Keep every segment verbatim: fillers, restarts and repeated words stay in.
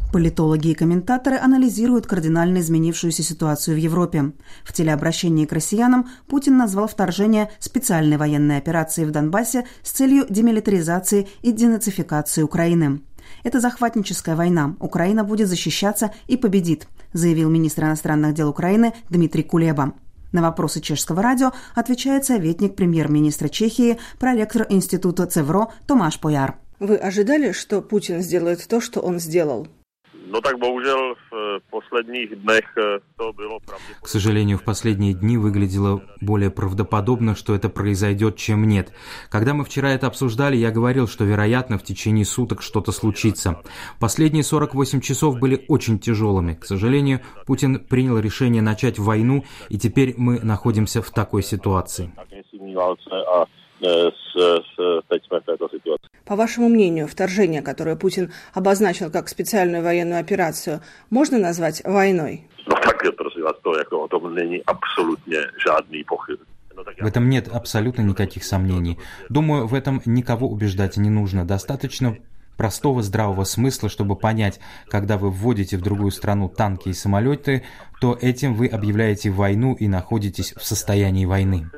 Политологи и комментаторы анализируют кардинально изменившуюся ситуацию в Европе. В телеобращении к россиянам Путин назвал вторжение специальной военной операцией в Донбассе с целью демилитаризации и денацификации Украины. «Это захватническая война. Украина будет защищаться и победит», заявил министр иностранных дел Украины Дмитрий Кулеба. На вопросы чешского радио отвечает советник премьер-министра Чехии, проректор института ЦЕВРО Томаш Пояр. Вы ожидали, что Путин сделает то, что он сделал? No tak bohužel v posledních dnech to bylo pravděpodobně. К сожалению, в последние дни выглядело более правдоподобно, что это произойдет, чем нет. Когда мы вчера это обсуждали, я говорил, что, вероятно, в течение суток что-то случится. Последние сорок восемь часов были очень тяжелыми. К сожалению, Путин принял решение начать войну, и теперь мы находимся в такой ситуации. По вашему мнению, вторжение, которое Путин обозначил как специальную военную операцию, можно назвать войной? В этом нет абсолютно никаких сомнений. Думаю, в этом никого убеждать не нужно. Достаточно простого здравого смысла, чтобы понять, когда вы вводите в другую страну танки и самолеты, то этим вы объявляете войну и находитесь в состоянии войны.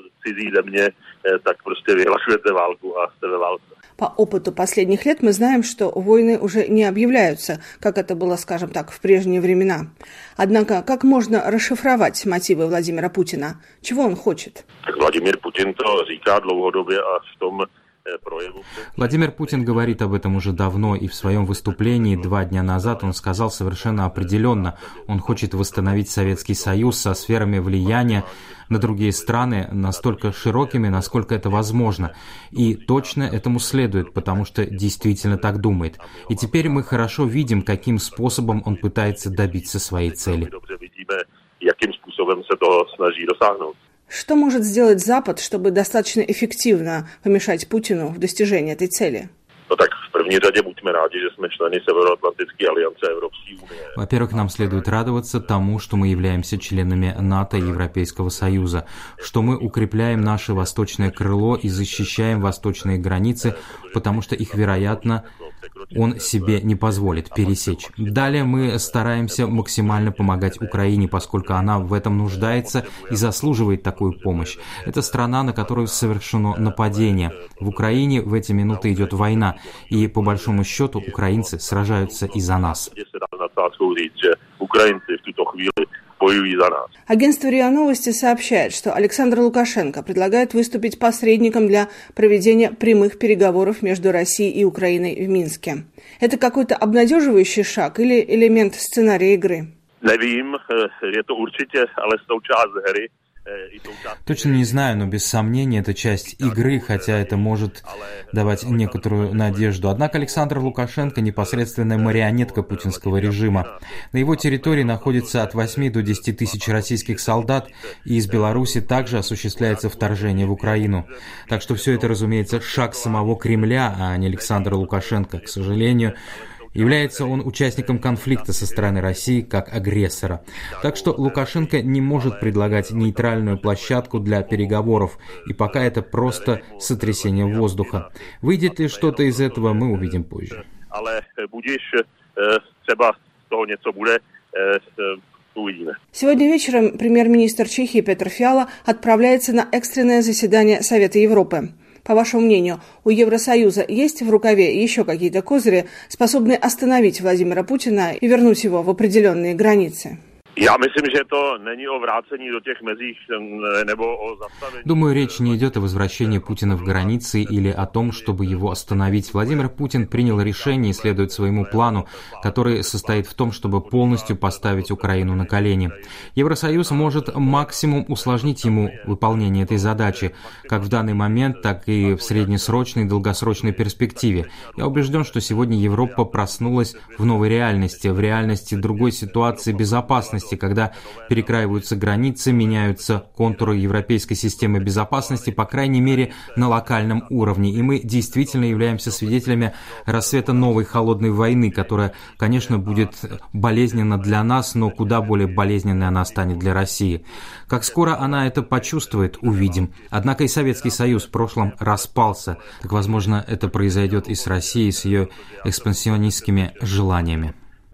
По опыту последних лет мы знаем, что войны уже не объявляются, как это было, скажем так, в прежние времена. Однако, как можно расшифровать мотивы Владимира Путина? Чего он хочет? Владимир Путин то říká dlouhodobě a v tom Владимир Путин говорит об этом уже давно, и в своем выступлении два дня назад он сказал совершенно определенно, он хочет восстановить Советский Союз со сферами влияния на другие страны настолько широкими, насколько это возможно. И точно этому следует, потому что действительно так думает. И теперь мы хорошо видим, каким способом он пытается добиться своей цели. Что может сделать Запад, чтобы достаточно эффективно помешать Путину в достижении этой цели? Во-первых, нам следует радоваться тому, что мы являемся членами НАТО и Европейского Союза, что мы укрепляем наше восточное крыло и защищаем восточные границы, потому что их, вероятно, он себе не позволит пересечь. Далее мы стараемся максимально помогать Украине, поскольку она в этом нуждается и заслуживает такую помощь. Это страна, на которую совершено нападение. В Украине в эти минуты идет война, и по большому счету украинцы сражаются и за нас. Агентство РИА Новости сообщает, что Александр Лукашенко предлагает выступить посредником для проведения прямых переговоров между Россией и Украиной в Минске. Это какой-то обнадеживающий шаг или элемент сценария игры? Точно не знаю, но без сомнения это часть игры, хотя это может давать некоторую надежду. Однако Александр Лукашенко – непосредственная марионетка путинского режима. На его территории находится от восьми до десяти тысяч российских солдат, и из Беларуси также осуществляется вторжение в Украину. Так что все это, разумеется, шаг самого Кремля, а не Александра Лукашенко. К сожалению, является он участником конфликта со стороны России как агрессора. Так что Лукашенко не может предлагать нейтральную площадку для переговоров, и пока это просто сотрясение воздуха. Выйдет ли что-то из этого, мы увидим позже. Сегодня вечером премьер-министр Чехии Петр Фиала отправляется на экстренное заседание Совета Европы. По вашему мнению, у Евросоюза есть в рукаве еще какие-то козыри, способные остановить Владимира Путина и вернуть его в определенные границы? Я myslím, že to není o vrácení do těch mezích nebo o zastavení. Думаю, речь не идет о возвращении Путина в границы или о том, чтобы его остановить. Владимир Путин принял решение и следует своему плану, который состоит в том, чтобы полностью поставить Украину на колени. Евросоюз может максимум усложнить ему выполнение этой задачи, как в данный момент, так и в среднесрочной и долгосрочной перспективе. Я убежден, что сегодня Европа проснулась в новой реальности, в реальности другой ситуации безопасности, когда перекраиваются границы, меняются контуры европейской системы безопасности, по крайней мере, на локальном уровне. И мы действительно являемся свидетелями расцвета новой холодной войны, которая, конечно, будет болезненна для нас, но куда более болезненной она станет для России. Как скоро она это почувствует, увидим. Однако и Советский Союз в прошлом распался. Так, возможно, это произойдет и с Россией, с ее экспансионистскими желаниями.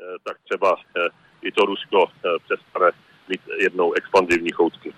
třeba i to Rusko přestane mít jednou expanzivní choutky.